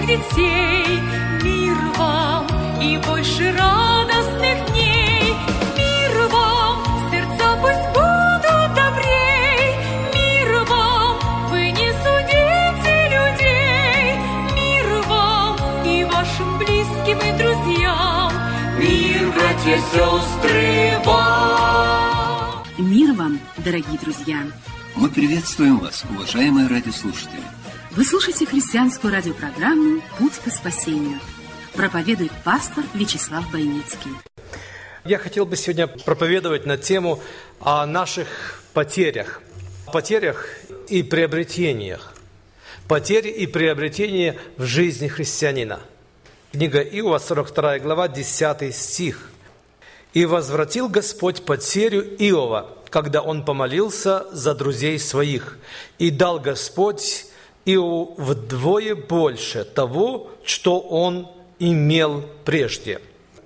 всех детей. Мир вам и больше радостных дней. Мир вам, сердца пусть будут добрей. Мир вам, вы не судите людей. Мир вам и вашим близким и друзьям. Мир, братья, сестры, вам. Мир вам, дорогие друзья. Мы приветствуем вас, уважаемые радиослушатели. Вы слушаете христианскую радиопрограмму «Путь к спасению». Проповедует пастор Вячеслав Бойницкий. Я хотел бы сегодня проповедовать на тему о наших потерях. Потерях и приобретениях. Потери и приобретения в жизни христианина. Книга Иова, 42 глава, 10 стих. «И возвратил Господь потерю Иова, когда он помолился за друзей своих, и дал Господь Иову вдвое больше того, что он имел прежде».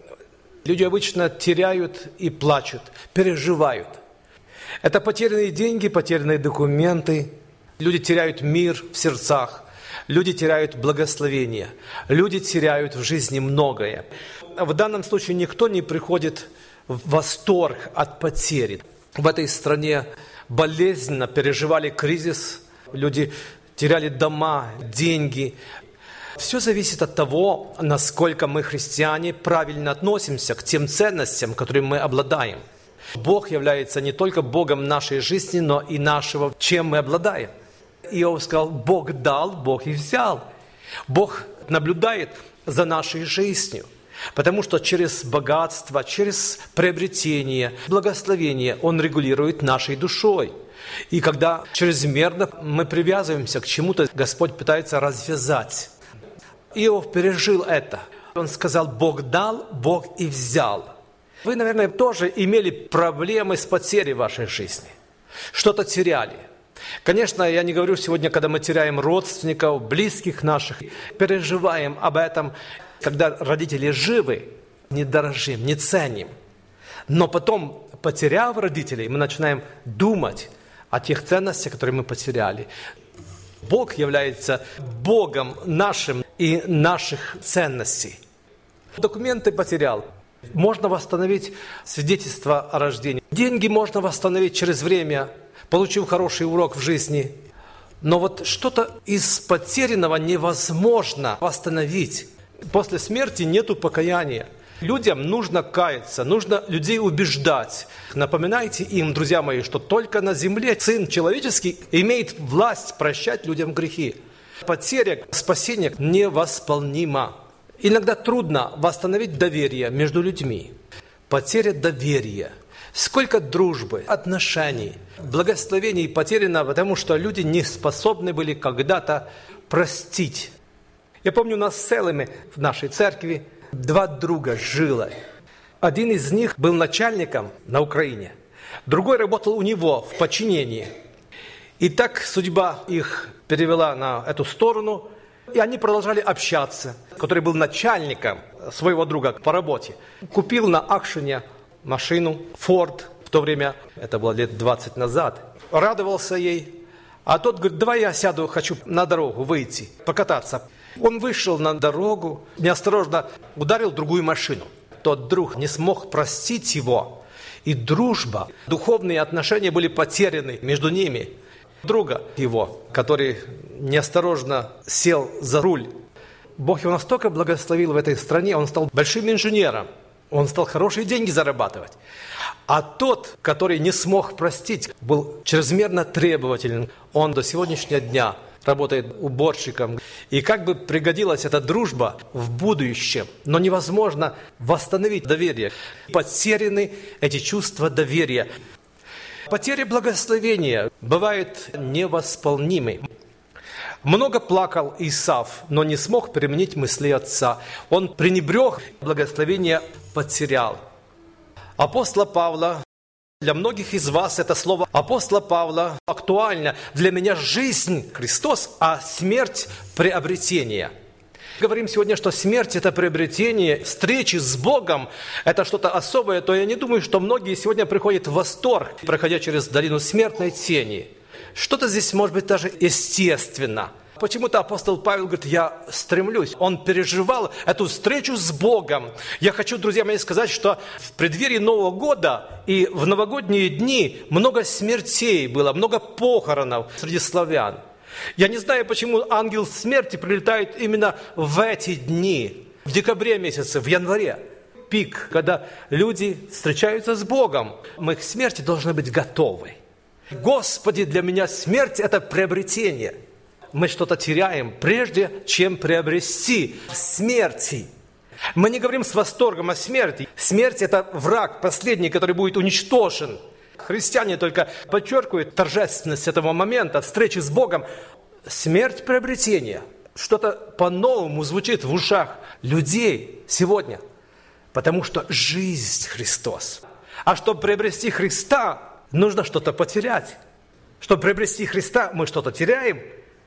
Люди обычно теряют и плачут, переживают. Это потерянные деньги, потерянные документы. Люди теряют мир в сердцах. Люди теряют благословение. Люди теряют в жизни многое. В данном случае никто не приходит в восторг от потери. В этой стране болезненно переживали кризис. Люди теряли дома, деньги. Все зависит от того, насколько мы, христиане, правильно относимся к тем ценностям, которыми мы обладаем. Бог является не только Богом нашей жизни, но и нашего, чем мы обладаем. Иов сказал: Бог дал, Бог и взял. Бог наблюдает за нашей жизнью, потому что через богатство, через приобретение, благословение Он регулирует нашей душой. И когда чрезмерно мы привязываемся к чему-то, Господь пытается развязать. Иов пережил это. Он сказал: Бог дал, Бог и взял. Вы, наверное, тоже имели проблемы с потерей в вашей жизни. Что-то теряли. Конечно, я не говорю сегодня, когда мы теряем родственников, близких наших, переживаем об этом, когда родители живы, не дорожим, не ценим. Но потом, потеряв родителей, мы начинаем думать о тех ценностях, которые мы потеряли. Бог является Богом нашим и наших ценностей. Документы потерял. Можно восстановить свидетельство о рождении. Деньги можно восстановить через время, получив хороший урок в жизни. Но вот что-то из потерянного невозможно восстановить. После смерти нету покаяния. Людям нужно каяться, нужно людей убеждать. Напоминайте им, друзья мои, что только на земле Сын Человеческий имеет власть прощать людям грехи. Потеря спасения невосполнима. Иногда трудно восстановить доверие между людьми. Потеря доверия. Сколько дружбы, отношений, благословений потеряно, потому что люди не способны были когда-то простить. Я помню, у нас с целыми в нашей церкви 2 друга жило. Один из них был начальником на Украине, другой работал у него в подчинении. И так судьба их перевела на эту сторону, и они продолжали общаться. Который был начальником своего друга по работе, купил на аукционе машину Ford, в то время, это было лет 20 назад, радовался ей. А тот говорит: давай я сяду, хочу на дорогу выйти, покататься. Он вышел на дорогу, неосторожно ударил другую машину. Тот друг не смог простить его, и дружба, духовные отношения были потеряны между ними. Друга его, который неосторожно сел за руль, Бог его настолько благословил в этой стране, он стал большим инженером, он стал хорошие деньги зарабатывать. А тот, который не смог простить, был чрезмерно требователен. Он до сегодняшнего дня работает уборщиком. И как бы пригодилась эта дружба в будущем, но невозможно восстановить доверие. Потеряны эти чувства доверия. Потеря благословения бывает невосполнимой. Много плакал Исав, но не смог применить мысли отца. Он пренебрег, благословение потерял. Апостола Павла, для многих из вас это слово апостола Павла актуально. Для меня жизнь Христос, а смерть приобретение. Говорим сегодня, что смерть – это приобретение, встречи с Богом – это что-то особое, то я не думаю, что многие сегодня приходят в восторг, проходя через долину смертной тени. Что-то здесь может быть даже естественно. Почему-то апостол Павел говорит, я стремлюсь. Он переживал эту встречу с Богом. Я хочу, друзья мои, сказать, что в преддверии Нового года и в новогодние дни много смертей было, много похоронов среди славян. Я не знаю, почему ангел смерти прилетает именно в эти дни, в декабре месяце, в январе. Пик, когда люди встречаются с Богом. Мы к смерти должны быть готовы. Господи, для меня смерть – это приобретение. Мы что-то теряем, прежде чем приобрести смерти. Мы не говорим с восторгом о смерти. Смерть – это враг последний, который будет уничтожен. Христиане только подчеркивают торжественность этого момента, встречи с Богом. Смерть – приобретение. Что-то по-новому звучит в ушах людей сегодня. Потому что жизнь Христос. А чтобы приобрести Христа, нужно что-то потерять. Чтобы приобрести Христа, мы что-то теряем.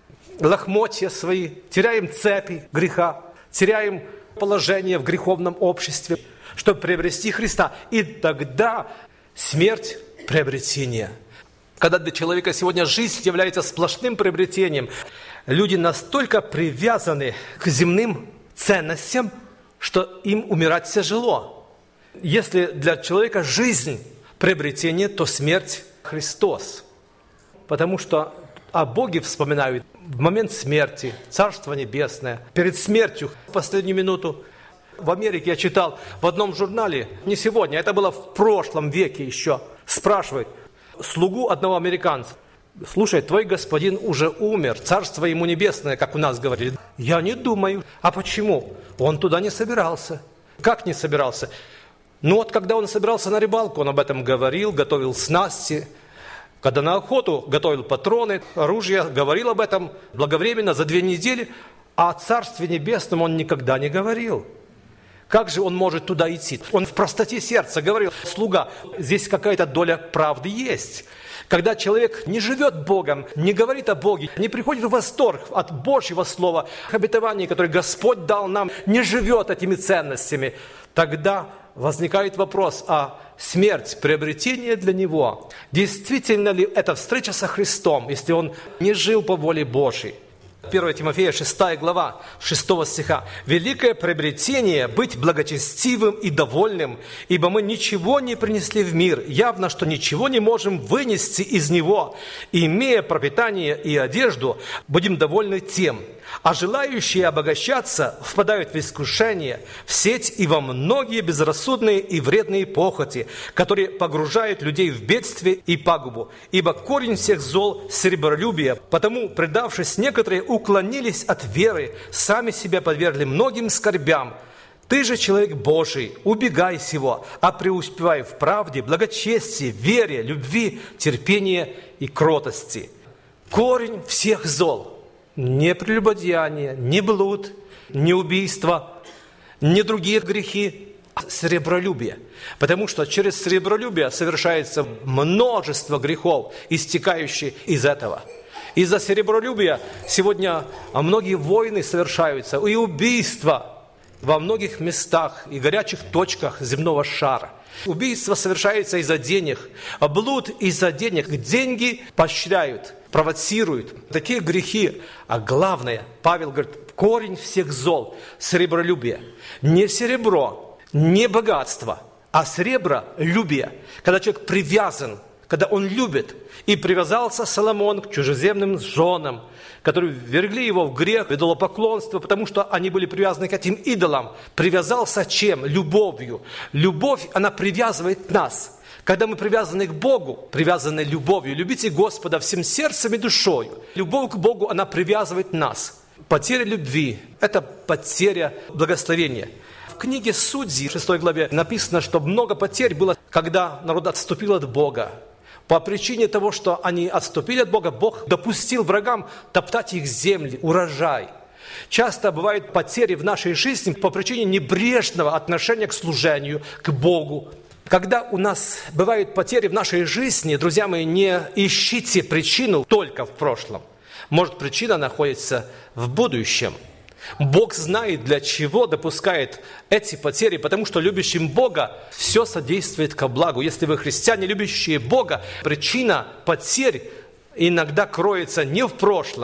Лохмотья свои, теряем цепи греха, теряем положение в греховном обществе, чтобы приобрести Христа. И тогда смерть – приобретение. Когда для человека сегодня жизнь является сплошным приобретением, люди настолько привязаны к земным ценностям, что им умирать тяжело. Если для человека жизнь – приобретение, то смерть – Христос. Потому что о Боге вспоминают в момент смерти, Царство Небесное, перед смертью, в последнюю минуту. В Америке я читал в одном журнале, не сегодня, это было в прошлом веке еще, спрашивают слугу одного американца: слушай, твой господин уже умер, Царство ему Небесное, как у нас говорили. Я не думаю. А почему? Он туда не собирался. Как не собирался? Ну вот, когда он собирался на рыбалку, он об этом говорил, готовил снасти. Когда на охоту готовил патроны, оружие, говорил об этом благовременно, за 2 недели, а о Царстве Небесном он никогда не говорил. Как же он может туда идти? Он в простоте сердца говорил: слуга, здесь какая-то доля правды есть. Когда человек не живет Богом, не говорит о Боге, не приходит в восторг от Божьего Слова, обетований, которые Господь дал нам, не живет этими ценностями, тогда возникает вопрос, а смерть, приобретение для него, действительно ли это встреча со Христом, если он не жил по воле Божьей? 1 Тимофея 6 глава 6 стиха. «Великое приобретение – быть благочестивым и довольным, ибо мы ничего не принесли в мир, явно, что ничего не можем вынести из него. Имея пропитание и одежду, будем довольны тем. А желающие обогащаться впадают в искушение, в сеть и во многие безрассудные и вредные похоти, которые погружают людей в бедствие и пагубу. Ибо корень всех зол – сребролюбие, потому, предавшись, некоторые уклонились от веры, сами себя подвергли многим скорбям. Ты же человек Божий, убегай сего, а преуспевай в правде, благочестии, вере, любви, терпении и кротости». Корень всех зол. Не прелюбодеяние, не блуд, не убийство, не другие грехи, а сребролюбие. Потому что через сребролюбие совершается множество грехов, истекающих из этого. Из-за сребролюбия сегодня многие войны совершаются, и убийства во многих местах и горячих точках земного шара. Убийство совершается из-за денег, а блуд из-за денег. Деньги поощряют, провоцируют такие грехи. А главное, Павел говорит, корень всех зол – сребролюбие. Не серебро, не богатство, а сребролюбие. Когда человек привязан, когда он любит. И привязался Соломон к чужеземным женам, которые ввергли его в грех, идолопоклонство, потому что они были привязаны к этим идолам. Привязался чем? Любовью. Любовь, она привязывает нас. Когда мы привязаны к Богу, привязаны любовью. Любите Господа всем сердцем и душой. Любовь к Богу, она привязывает нас. Потеря любви – это потеря благословения. В книге Судей, 6 главе, написано, что много потерь было, когда народ отступил от Бога. По причине того, что они отступили от Бога, Бог допустил врагам топтать их земли, урожай. Часто бывают потери в нашей жизни по причине небрежного отношения к служению, к Богу. Когда у нас бывают потери в нашей жизни, друзья мои, не ищите причину только в прошлом. Может, причина находится в будущем. Бог знает, для чего допускает эти потери, потому что любящим Бога все содействует ко благу. Если вы христиане, любящие Бога, причина потерь иногда кроется не в прошлом,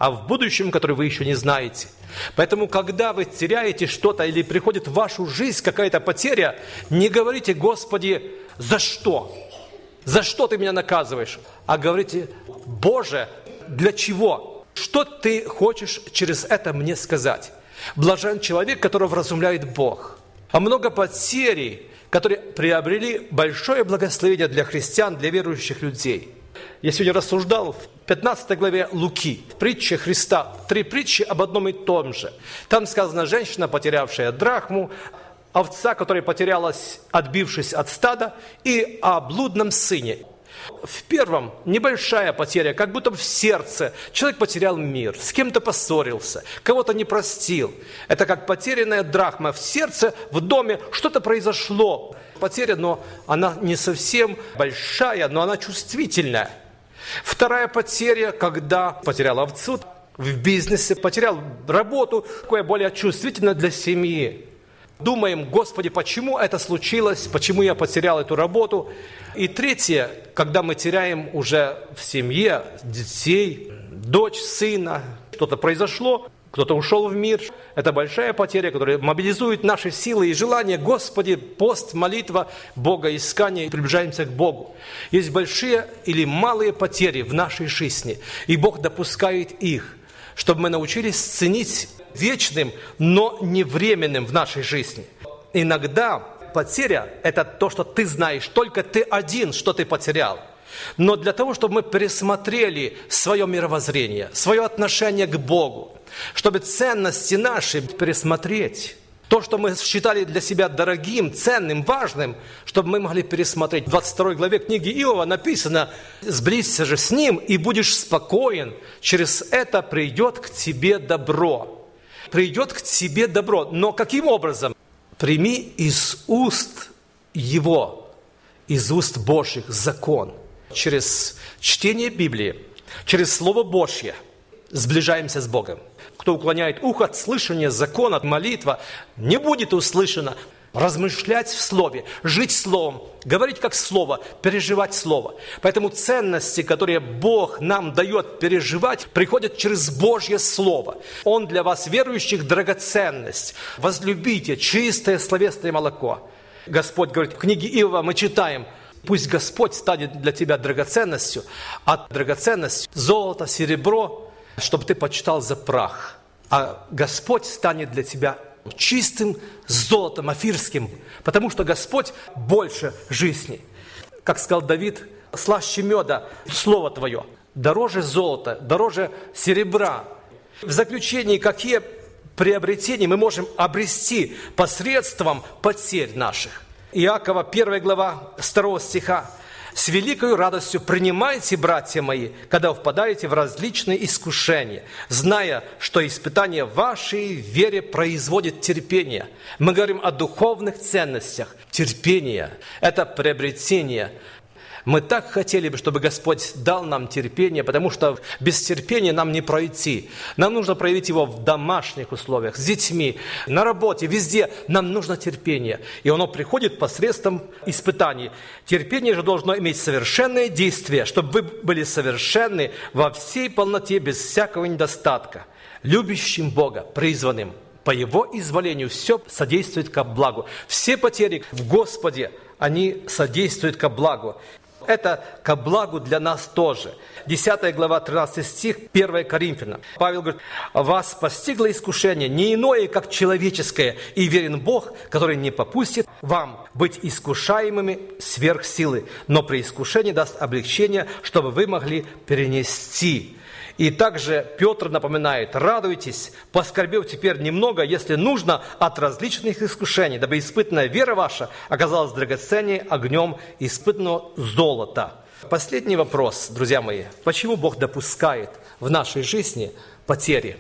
а в будущем, которое вы еще не знаете. Поэтому, когда вы теряете что-то или приходит в вашу жизнь какая-то потеря, не говорите: Господи, за что? За что ты меня наказываешь? А говорите: Боже, для чего? Что ты хочешь через это мне сказать? Блажен человек, которого вразумляет Бог. А много потерь, которые приобрели большое благословение для христиан, для верующих людей. Я сегодня рассуждал в 15 главе Луки, в притче Христа, 3 притчи об одном и том же. Там сказано: женщина, потерявшая драхму, овца, которая потерялась, отбившись от стада, и о блудном сыне. В первом небольшая потеря, как будто в сердце. Человек потерял мир, с кем-то поссорился, кого-то не простил. Это как потерянная драхма в сердце, в доме, что-то произошло. Потеря, но она не совсем большая, но она чувствительная. Вторая потеря, когда потерял овцу в бизнесе, потерял работу, такое более чувствительное для семьи. Думаем: Господи, почему это случилось, почему я потерял эту работу? И третье, когда мы теряем уже в семье детей, дочь, сына, что-то произошло, кто-то ушел в мир. Это большая потеря, которая мобилизует наши силы и желания. Господи, пост, молитва, богоискание, и приближаемся к Богу. Есть большие или малые потери в нашей жизни, и Бог допускает их, чтобы мы научились ценить вечным, но не временным в нашей жизни. Иногда потеря – это то, что ты знаешь, только ты один, что ты потерял. Но для того, чтобы мы пересмотрели свое мировоззрение, свое отношение к Богу, чтобы ценности наши пересмотреть, то, что мы считали для себя дорогим, ценным, важным, чтобы мы могли пересмотреть. В 22 главе книги Иова написано: «Сблизься же с ним, и будешь спокоен, через это придет к тебе добро». Придет к тебе добро. Но каким образом? Прими из уст Его, из уст Божьих закон. Через чтение Библии, через Слово Божье сближаемся с Богом. Кто уклоняет ухо от слышания закона, молитва, не будет услышана. Размышлять в Слове, жить Словом, говорить как Слово, переживать Слово. Поэтому ценности, которые Бог нам дает переживать, приходят через Божье Слово. Он для вас, верующих, драгоценность. Возлюбите чистое словесное молоко. Господь говорит, в книге Иова мы читаем: пусть Господь станет для тебя драгоценностью, а драгоценность – золото, серебро, чтобы ты почитал за прах. А Господь станет для тебя чистым золотом афирским, потому что Господь больше жизни. Как сказал Давид: слаще меда слово Твое, дороже золота, дороже серебра. В заключении, какие приобретения мы можем обрести посредством потерь наших? Иакова, 1 глава, 2 стиха. «С великою радостью принимайте, братья мои, когда впадаете в различные искушения, зная, что испытание вашей вере производит терпение». Мы говорим о духовных ценностях. Терпение – это приобретение. Мы так хотели бы, чтобы Господь дал нам терпение, потому что без терпения нам не пройти. Нам нужно проявить его в домашних условиях, с детьми, на работе, везде. Нам нужно терпение. И оно приходит посредством испытаний. Терпение же должно иметь совершенное действие, чтобы вы были совершенны во всей полноте, без всякого недостатка. Любящим Бога, призванным по Его изволению, все содействует ко благу. Все потери в Господе, они содействуют ко благу. Это ко благу для нас тоже. 10 глава, 13 стих, 1 Коринфянам. Павел говорит: «Вас постигло искушение, не иное, как человеческое, и верен Бог, который не попустит вам быть искушаемыми сверх силы, но при искушении даст облегчение, чтобы вы могли перенести». И также Петр напоминает: радуйтесь, поскорбев теперь немного, если нужно, от различных искушений, дабы испытанная вера ваша оказалась драгоценнее огнем испытанного золота. Последний вопрос, друзья мои. Почему Бог допускает в нашей жизни потери?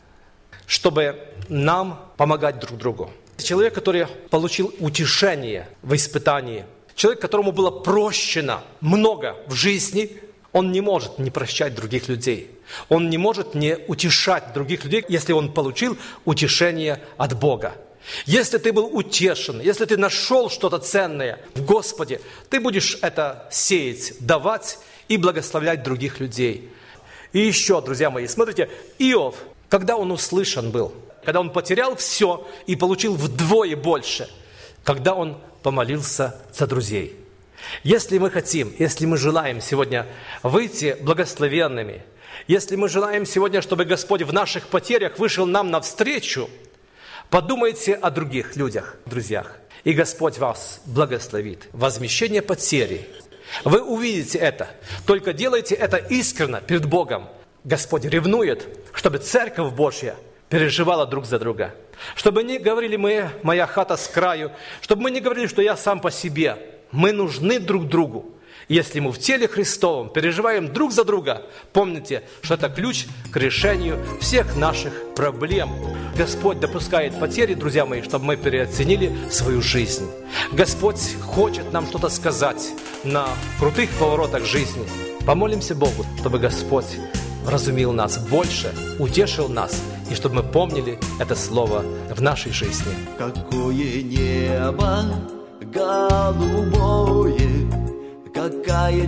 Чтобы нам помогать друг другу. Человек, который получил утешение в испытании, человек, которому было прощено много в жизни, он не может не прощать других людей. Он не может не утешать других людей, если он получил утешение от Бога. Если ты был утешен, если ты нашел что-то ценное в Господе, ты будешь это сеять, давать и благословлять других людей. И еще, друзья мои, смотрите, Иов, когда он услышан был, когда он потерял все и получил вдвое больше, когда он помолился за друзей. Если мы хотим, если мы желаем сегодня выйти благословенными, если мы желаем сегодня, чтобы Господь в наших потерях вышел нам навстречу, подумайте о других людях, друзьях, и Господь вас благословит. Возмещение потери. Вы увидите это, только делайте это искренне перед Богом. Господь ревнует, чтобы Церковь Божья переживала друг за друга. Чтобы не говорили мы, моя хата с краю, чтобы мы не говорили, что я сам по себе. Мы нужны друг другу. Если мы в теле Христовом переживаем друг за друга, помните, что это ключ к решению всех наших проблем. Господь допускает потери, друзья мои, чтобы мы переоценили свою жизнь. Господь хочет нам что-то сказать на крутых поворотах жизни. Помолимся Богу, чтобы Господь вразумил нас больше, утешил нас, и чтобы мы помнили это слово в нашей жизни. Какое небо голубое, какая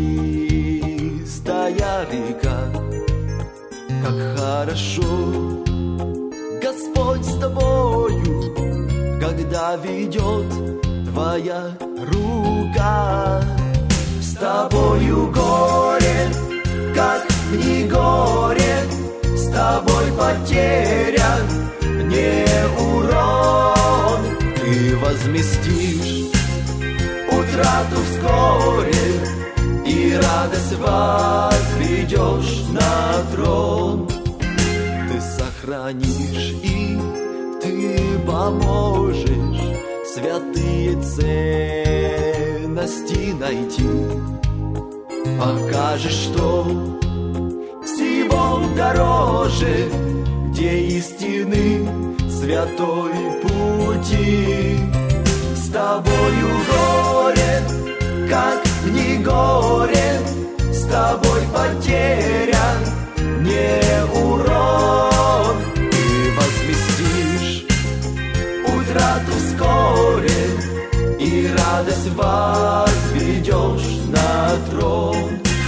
чистая река, как хорошо Господь с тобою, когда ведет твоя рука. С тобою горе, как не горе, с тобой потеря, не урон. Ты возместишь утрату вскоре и радость возведешь на трон. Ты сохранишь и ты поможешь святые ценности найти. Покажешь, что всего дороже, где истины святой пути. С тобою горе, как не горе, с тобой потеря, не урон. Ты возместишь утрату вскоре и радость возведешь на трон.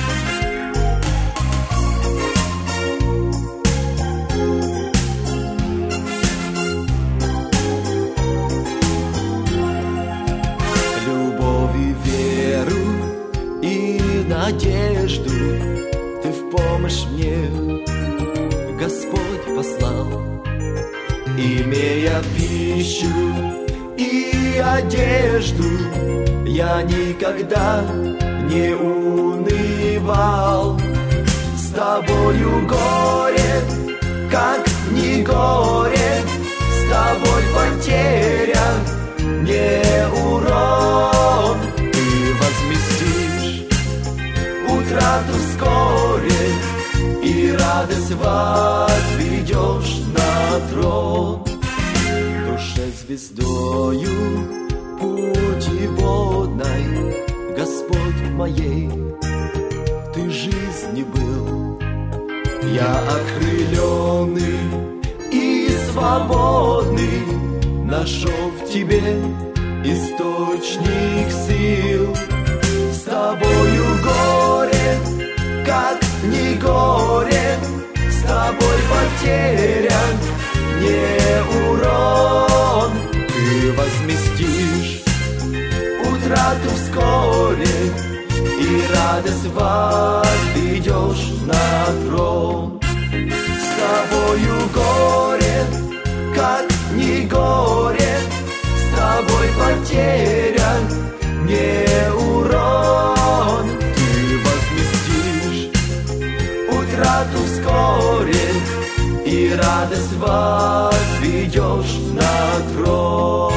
Надежду ты в помощь мне, Господь послал. Имея пищу и одежду, я никогда не унывал. С тобою горе, как не горе, с тобой потеря, не урон. Ты возместишь утрату вскоре и радость возведешь на трон. Душе звездою путеводной, Господь моей, ты жизни был. Я окрыленный и свободный нашел в тебе источник сил. С тобою горе, как не горе, с тобой потеря, не урон. Ты возместишь утрату вскоре и радость возведешь на трон. С тобою горе, как не горе, с тобой потеря, не урон. Ты возместишь утрату вскоре и радость возведешь на трон.